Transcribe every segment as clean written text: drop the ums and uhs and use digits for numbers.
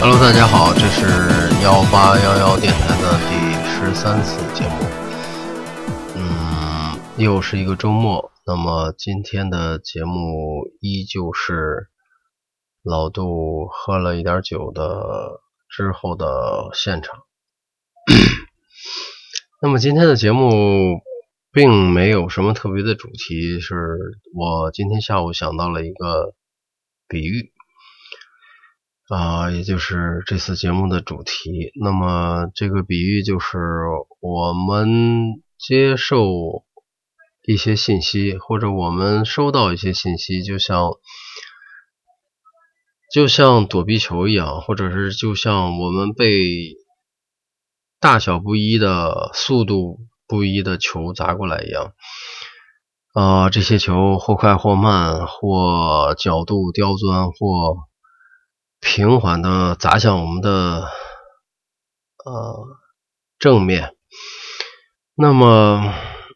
Hello， 大家好，这是1811电台的第13次节目。又是一个周末，那么今天的节目依旧是老杜喝了一点酒的之后的现场。那么今天的节目并没有什么特别的主题，是我今天下午想到了一个比喻也就是这次节目的主题。那么这个比喻就是我们接受一些信息，或者我们收到一些信息，就像躲避球一样，或者是就像我们被大小不一的速度不一的球砸过来一样。这些球或快或慢，或角度刁钻，或平缓的砸向我们的正面。那么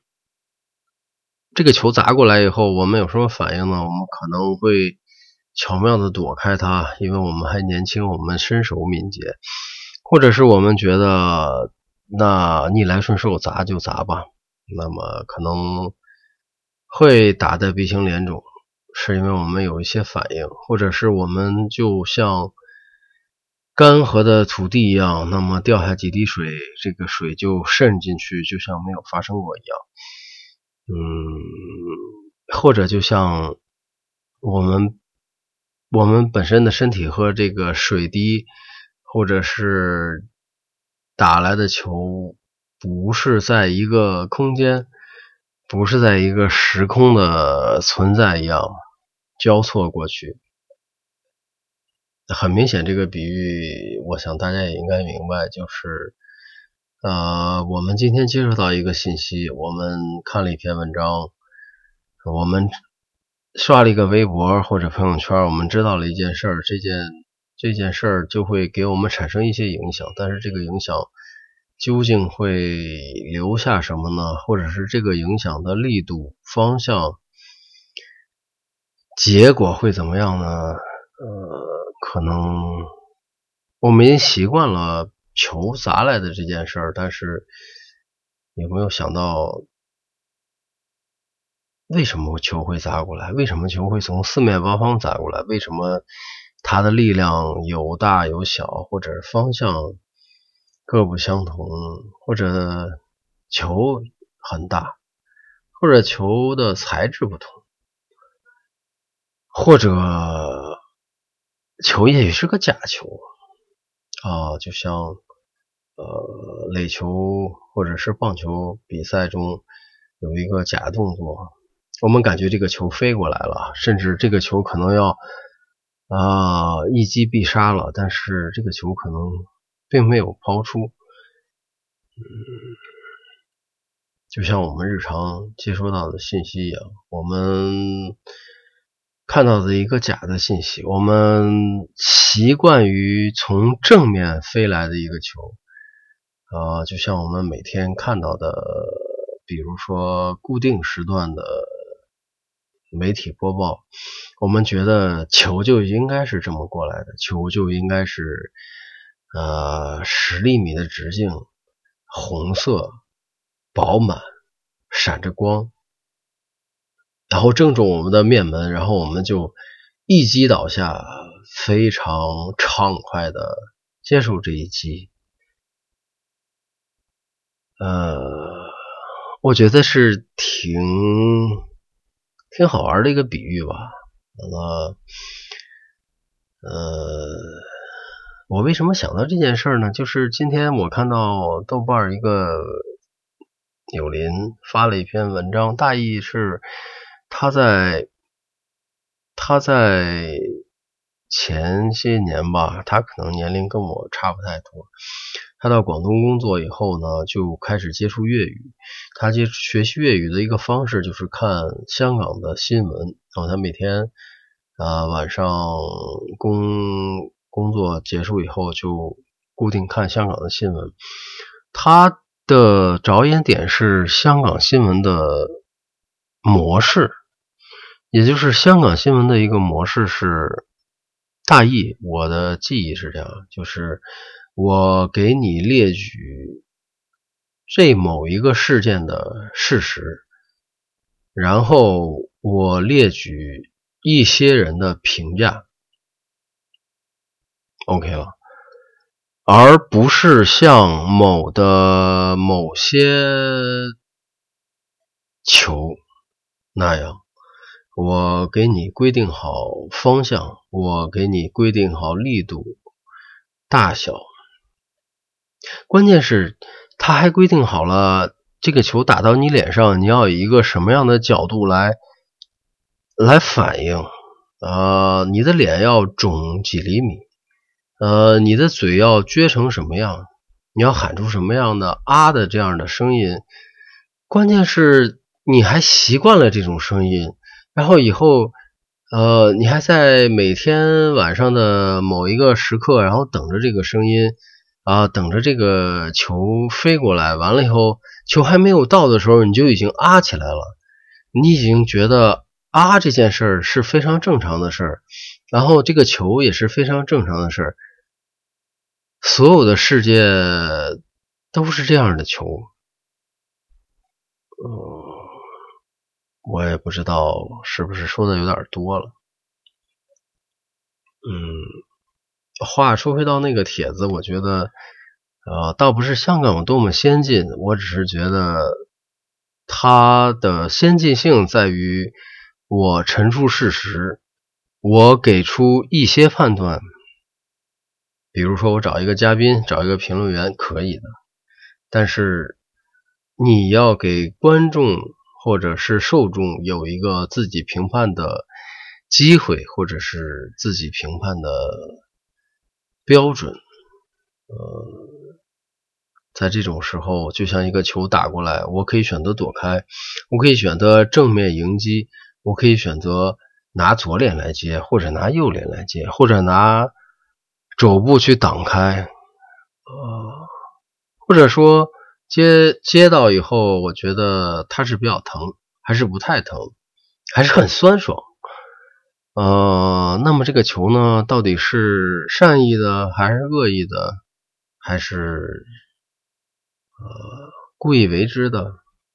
这个球砸过来以后，我们有什么反应呢？我们可能会巧妙的躲开它，因为我们还年轻，我们身手敏捷，或者是我们觉得那逆来顺受，砸就砸吧，那么可能会打得鼻青脸肿，是因为我们有一些反应，或者是我们就像干涸的土地一样，那么掉下几滴水，这个水就渗进去，就像没有发生过一样。或者就像我们本身的身体和这个水滴或者是打来的球不是在一个空间，不是在一个时空的存在一样交错过去。很明显，这个比喻我想大家也应该明白，就是我们今天接触到一个信息，我们看了一篇文章，我们刷了一个微博或者朋友圈，我们知道了一件事儿，这件事儿就会给我们产生一些影响，但是这个影响究竟会留下什么呢？或者是这个影响的力度、方向、结果会怎么样呢？可能我们已经习惯了球砸来的这件事儿，但是有没有想到为什么球会砸过来？为什么球会从四面八方砸过来？为什么它的力量有大有小，或者方向各不相同，或者球很大，或者球的材质不同，或者球也许是个假球就像垒球或者是棒球比赛中有一个假动作，我们感觉这个球飞过来了，甚至这个球可能要一击必杀了，但是这个球可能并没有抛出。就像我们日常接收到的信息一样，我们看到的一个假的信息，我们习惯于从正面飞来的一个球就像我们每天看到的，比如说固定时段的媒体播报，我们觉得球就应该是这么过来的，球就应该是10厘米的直径，红色饱满闪着光，然后正中我们的面门，然后我们就一击倒下，非常畅快的接受这一击。我觉得是挺好玩的一个比喻吧。那么我为什么想到这件事呢？就是今天我看到豆瓣一个友邻发了一篇文章，大意是他在前些年吧，他可能年龄跟我差不太多，他到广东工作以后呢，就开始接触粤语。他学习粤语的一个方式就是看香港的新闻，然后他每天晚上工作结束以后就固定看香港的新闻。他的着眼点是香港新闻的模式，也就是香港新闻的一个模式是大意我的记忆是这样，就是我给你列举这某一个事件的事实，然后我列举一些人的评价 OK 了，而不是像某些球那样，我给你规定好方向，我给你规定好力度、大小，关键是他还规定好了这个球打到你脸上，你要以一个什么样的角度来反应，你的脸要肿几厘米，你的嘴要撅成什么样，你要喊出什么样的啊的这样的声音，关键是你还习惯了这种声音，然后以后你还在每天晚上的某一个时刻，然后等着这个声音等着这个球飞过来，完了以后球还没有到的时候，你就已经啊起来了，你已经觉得啊这件事儿是非常正常的事儿，然后这个球也是非常正常的事儿，所有的世界都是这样的球。我也不知道是不是说的有点多了。话说回到那个帖子，我觉得倒不是香港有多么先进，我只是觉得它的先进性在于我陈述事实，我给出一些判断，比如说我找一个嘉宾，找一个评论员可以的，但是你要给观众或者是受众有一个自己评判的机会，或者是自己评判的标准。在这种时候，就像一个球打过来，我可以选择躲开，我可以选择正面迎击，我可以选择拿左脸来接，或者拿右脸来接，或者拿肘部去挡开，或者说接到以后，我觉得它是比较疼，还是不太疼，还是很酸爽。那么这个球呢，到底是善意的，还是恶意的，还是故意为之的？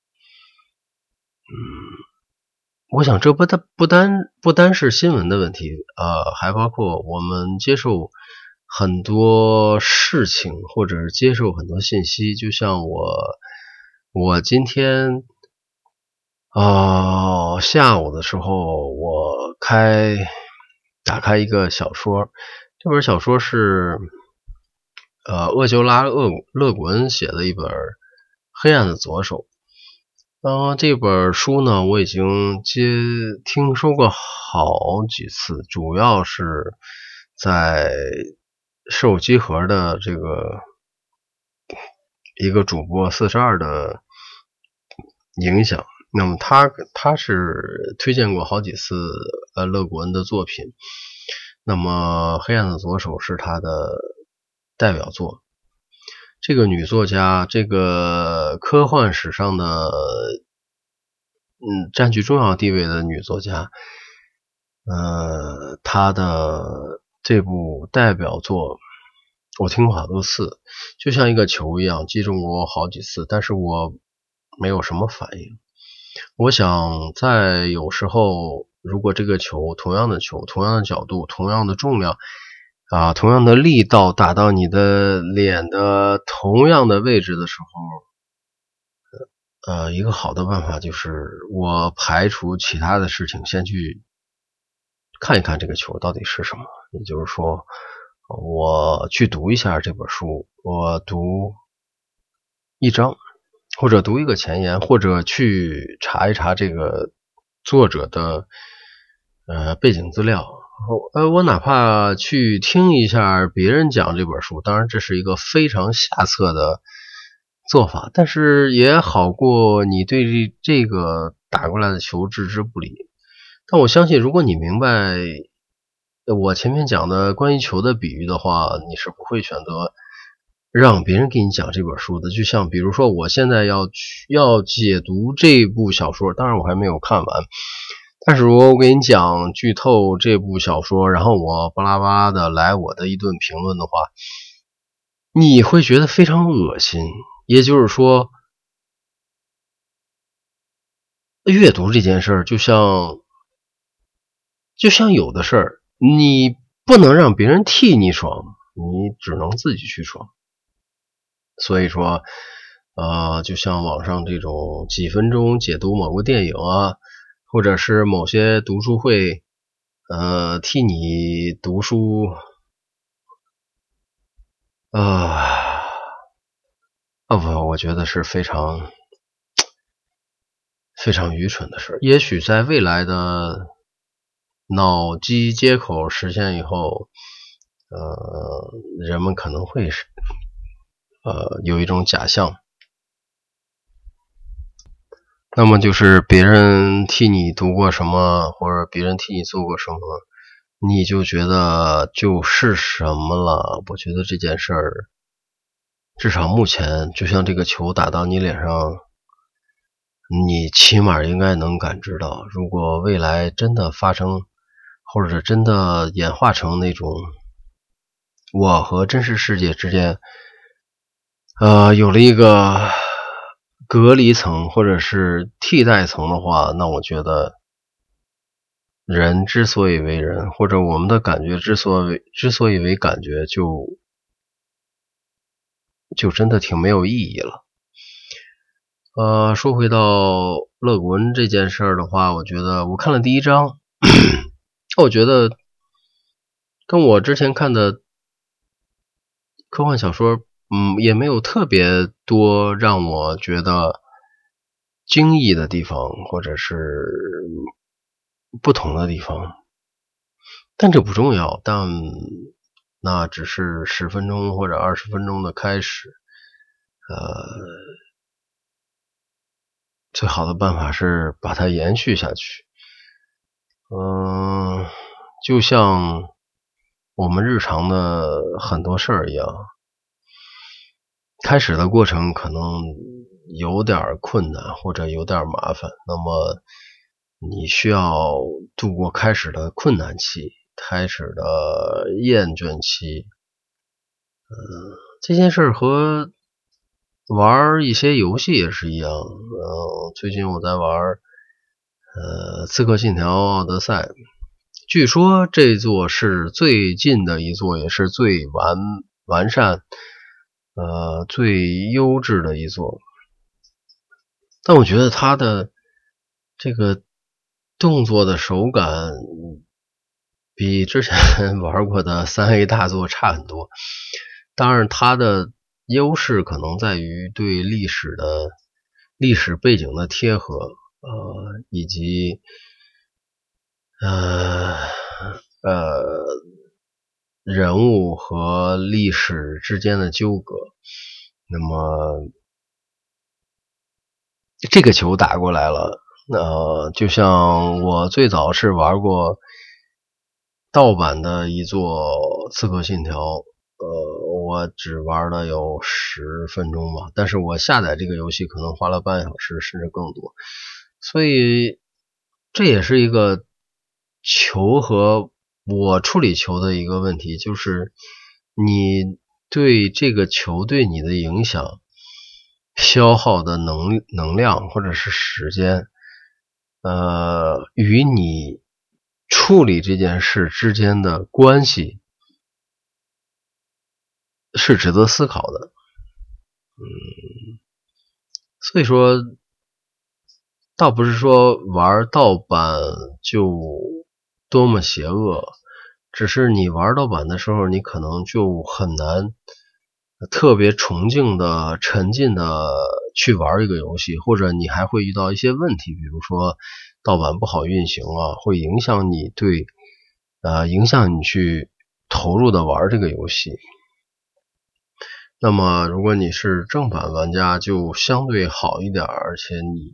我想这不单是新闻的问题，还包括我们接受很多事情，或者是接受很多信息。就像我今天下午的时候，我打开一个小说，这本小说是厄修拉勒古恩写的一本《黑暗的左手》。这本书呢，我已经听说过好几次，主要是在受集合的这个一个主播42的影响。那么他是推荐过好几次勒古恩的作品，那么《黑暗的左手》是他的代表作。这个女作家，这个科幻史上的占据重要地位的女作家，她的这部代表作我听过好多次，就像一个球一样击中过我好几次，但是我没有什么反应。我想在有时候，如果这个球同样的角度，同样的重量同样的力道打到你的脸的同样的位置的时候，一个好的办法就是我排除其他的事情，先去看一看这个球到底是什么。也就是说，我去读一下这本书，我读一章，或者读一个前言，或者去查一查这个作者的背景资料。我哪怕去听一下别人讲这本书，当然这是一个非常下策的做法，但是也好过你对这个打过来的球置之不理。但我相信如果你明白我前面讲的关于球的比喻的话，你是不会选择让别人给你讲这本书的。就像比如说我现在要解读这部小说，当然我还没有看完， 但是如果我给你讲剧透这部小说，然后我巴拉巴拉的来我的一顿评论的话，你会觉得非常恶心。也就是说，阅读这件事儿就像有的事儿，你不能让别人替你爽，你只能自己去爽。所以说就像网上这种几分钟解读某个电影啊，或者是某些读书会替你读书我觉得是非常愚蠢的事。也许在未来的脑机接口实现以后，人们可能会有一种假象，那么就是别人替你读过什么，或者别人替你做过什么，你就觉得就是什么了。我觉得这件事儿，至少目前，就像这个球打到你脸上，你起码应该能感知到。如果未来真的发生，或者真的演化成那种我和真实世界之间有了一个隔离层或者是替代层的话，那我觉得人之所以为人，或者我们的感觉之所以为感觉，就真的挺没有意义了。说回到勒古恩这件事儿的话，我觉得我看了第一章，我觉得跟我之前看的科幻小说也没有特别多让我觉得惊异的地方，或者是不同的地方，但这不重要，但那只是10分钟或者20分钟的开始。最好的办法是把它延续下去。就像我们日常的很多事儿一样，开始的过程可能有点困难或者有点麻烦，那么你需要度过开始的困难期，开始的厌倦期。这件事和玩一些游戏也是一样。最近我在玩刺客信条奥德赛，据说这座是最近的一座，也是最完善最优质的一座。但我觉得它的这个动作的手感比之前玩过的3A 大作差很多。当然它的优势可能在于对历史背景的贴合，以及人物和历史之间的纠葛。那么这个球打过来了，就像我最早是玩过盗版的一座刺客信条，我只玩了有10分钟吧，但是我下载这个游戏可能花了半小时甚至更多。所以这也是一个球和我处理球的一个问题，就是你对这个球对你的影响消耗的能量或者是时间与你处理这件事之间的关系是值得思考的。所以说倒不是说玩盗版就多么邪恶，只是你玩盗版的时候，你可能就很难特别沉浸的去玩一个游戏，或者你还会遇到一些问题，比如说盗版不好运行啊，会影响你去投入的玩这个游戏。那么如果你是正版玩家就相对好一点，而且你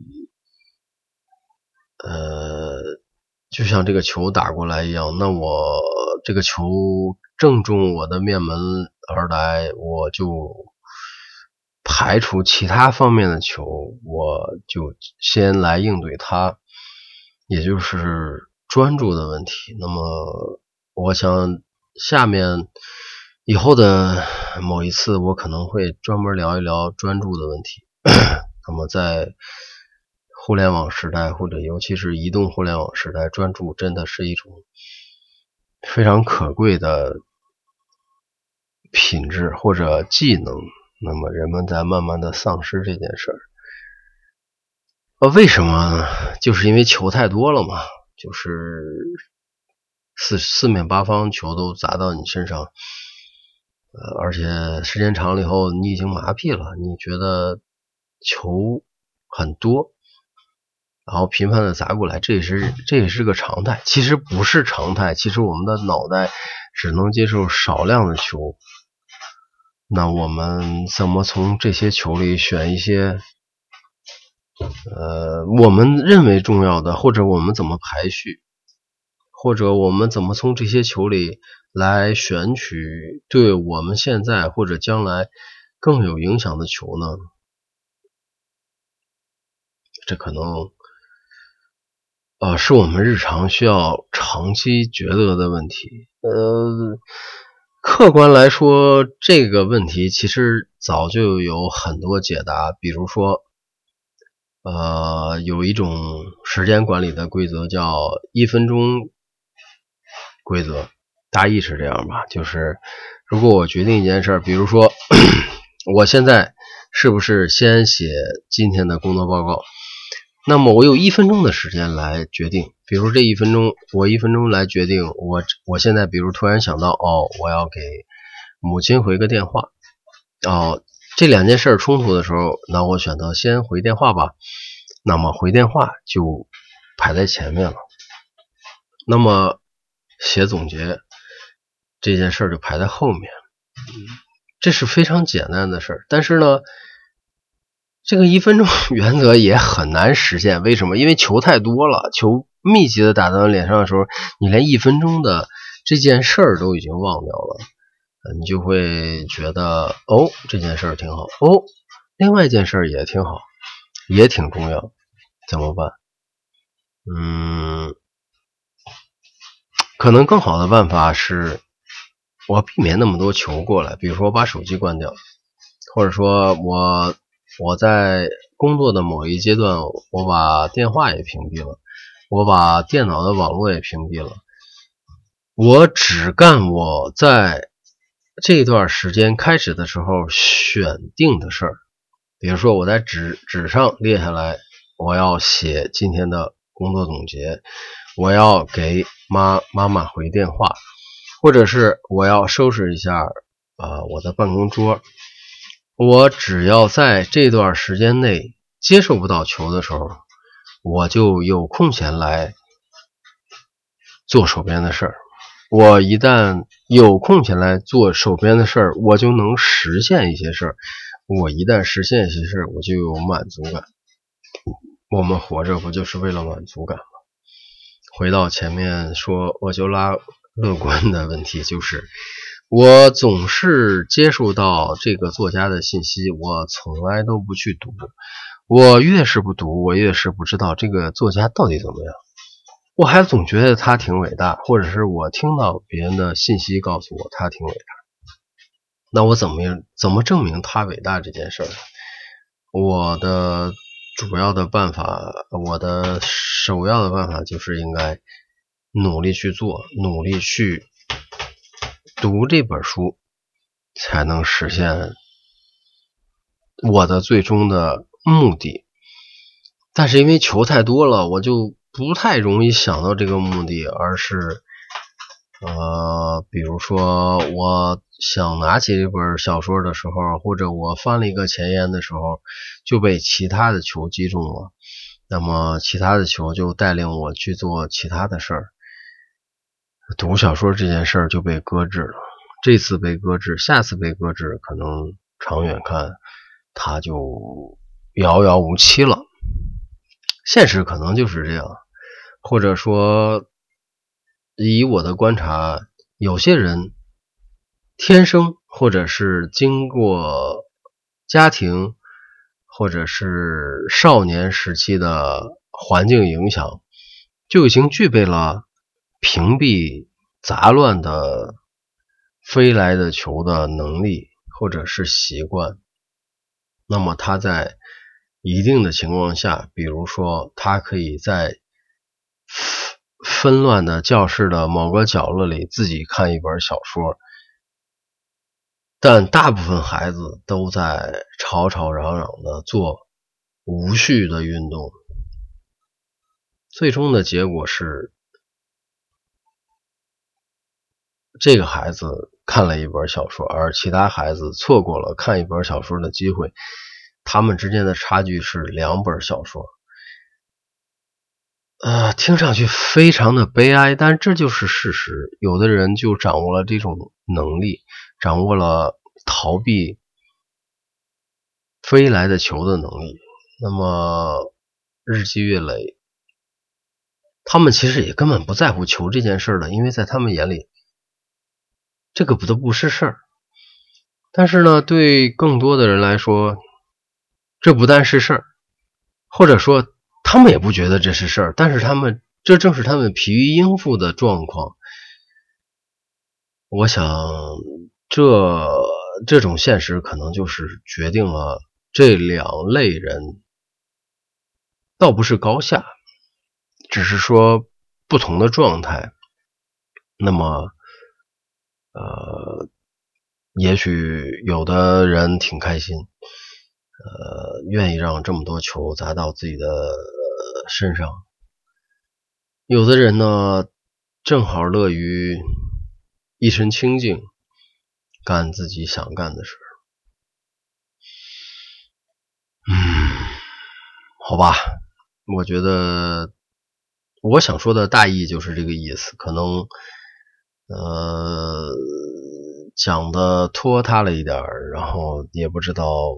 就像这个球打过来一样，那我这个球正中我的面门而来，我就排除其他方面的球，我就先来应对它。 也就是专注的问题。那么我想下面以后的某一次我可能会专门聊一聊专注的问题。那么在互联网时代，或者尤其是移动互联网时代，专注真的是一种非常可贵的品质或者技能。那么人们在慢慢的丧失这件事儿。为什么呢？就是因为球太多了嘛，就是四面八方球都砸到你身上，而且时间长了以后你已经麻痹了，你觉得球很多，然后频繁的砸过来，这也是个常态。其实不是常态，其实我们的脑袋只能接受少量的球。那我们怎么从这些球里选一些我们认为重要的，或者我们怎么排序，或者我们怎么从这些球里来选取对我们现在或者将来更有影响的球呢？这可能是我们日常需要长期抉择的问题。客观来说，这个问题其实早就有很多解答，比如说有一种时间管理的规则叫1分钟规则，大意是这样吧，就是如果我决定一件事，比如说我现在是不是先写今天的工作报告，那么我有1分钟的时间来决定，比如这1分钟，我1分钟来决定，我现在比如突然想到，我要给母亲回个电话，这两件事冲突的时候，那我选择先回电话吧，那么回电话就排在前面了，那么写总结这件事就排在后面。这是非常简单的事，但是呢这个1分钟原则也很难实现。为什么？因为球太多了，球密集的打到脸上的时候，你连1分钟的这件事儿都已经忘掉了，你就会觉得这件事儿挺好，另外一件事儿也挺好，也挺重要，怎么办？可能更好的办法是我避免那么多球过来，比如说我把手机关掉，或者说我在工作的某一阶段，我把电话也屏蔽了，我把电脑的网络也屏蔽了，我只干我在这段时间开始的时候选定的事儿。比如说我在纸上列下来，我要写今天的工作总结，我要给妈妈回电话，或者是我要收拾一下我的办公桌。我只要在这段时间内接受不到球的时候，我就有空闲来做手边的事儿。我一旦有空闲来做手边的事儿，我就能实现一些事儿。我一旦实现一些事儿，我就有满足感。我们活着不就是为了满足感吗？回到前面说我就拉乐观的问题，就是我总是接触到这个作家的信息，我从来都不去读。我越是不读，我越是不知道这个作家到底怎么样。我还总觉得他挺伟大，或者是我听到别人的信息告诉我他挺伟大。那我怎么证明他伟大这件事儿？我的主要的办法，我的首要的办法就是应该努力去做，努力去读这本书，才能实现我的最终的目的。但是因为球太多了，我就不太容易想到这个目的，而是比如说我想拿起这本小说的时候，或者我翻了一个前言的时候，就被其他的球击中了，那么其他的球就带领我去做其他的事儿，读小说这件事儿就被搁置了。这次被搁置，下次被搁置，可能长远看它就遥遥无期了。现实可能就是这样，或者说以我的观察，有些人天生或者是经过家庭或者是少年时期的环境影响， 就已经具备了屏蔽杂乱的飞来的球的能力或者是习惯。那么他在一定的情况下，比如说他可以在纷乱的教室的某个角落里自己看一本小说，但大部分孩子都在吵吵嚷嚷的做无序的运动，最终的结果是这个孩子看了一本小说，而其他孩子错过了看一本小说的机会，他们之间的差距是2本小说。听上去非常的悲哀，但这就是事实。有的人就掌握了这种能力，掌握了逃避飞来的球的能力，那么日积月累，他们其实也根本不在乎球这件事了，因为在他们眼里这个都不是事儿。但是呢，对更多的人来说，这不但是事儿，或者说他们也不觉得这是事儿，但是这正是他们疲于应付的状况。我想这种现实可能就是决定了这2类人倒不是高下，只是说不同的状态。那么也许有的人挺开心，愿意让这么多球砸到自己的身上。有的人呢，正好乐于一身清静，干自己想干的事。好吧，我觉得我想说的大意就是这个意思，可能讲的拖沓了一点，然后也不知道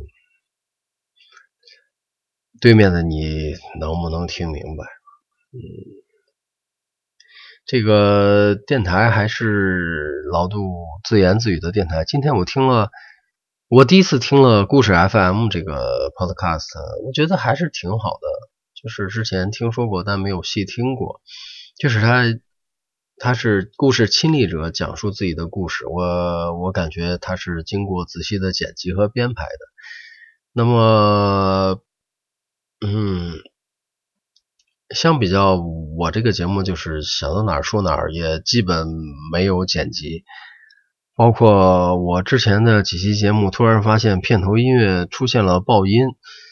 对面的你能不能听明白。这个电台还是老杜自言自语的电台。今天我第一次听了故事 FM 这个 podcast， 我觉得还是挺好的，就是之前听说过但没有细听过。就是他是故事亲历者讲述自己的故事，我感觉他是经过仔细的剪辑和编排的。那么相比较我这个节目就是想到哪儿说哪儿，也基本没有剪辑。包括我之前的几期节目突然发现片头音乐出现了爆音，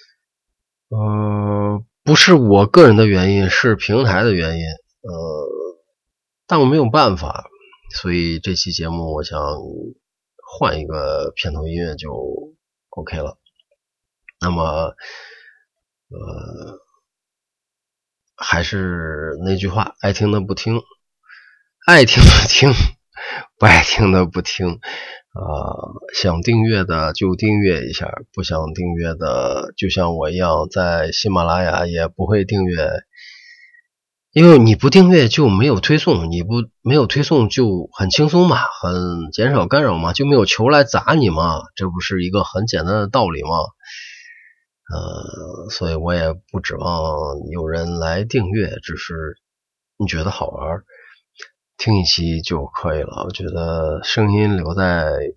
不是我个人的原因，是平台的原因，但我没有办法，所以这期节目我想换一个片头音乐就 OK 了。那么还是那句话，爱听的不听，爱听的听，不爱听的不听。想订阅的就订阅一下，不想订阅的就像我一样在喜马拉雅也不会订阅，因为你不订阅就没有推送，没有推送就很轻松嘛，很减少干扰嘛，就没有球来砸你嘛，这不是一个很简单的道理吗？所以我也不指望有人来订阅，只是你觉得好玩听一期就可以了。我觉得声音留在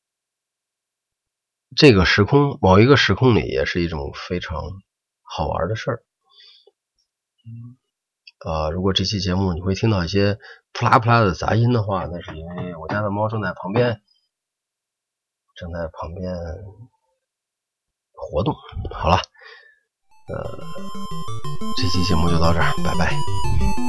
这个时空，某一个时空里也是一种非常好玩的事儿。如果这期节目你会听到一些扑啦扑啦的杂音的话，那是因为我家的猫正在旁边活动。好了，这期节目就到这儿，拜拜。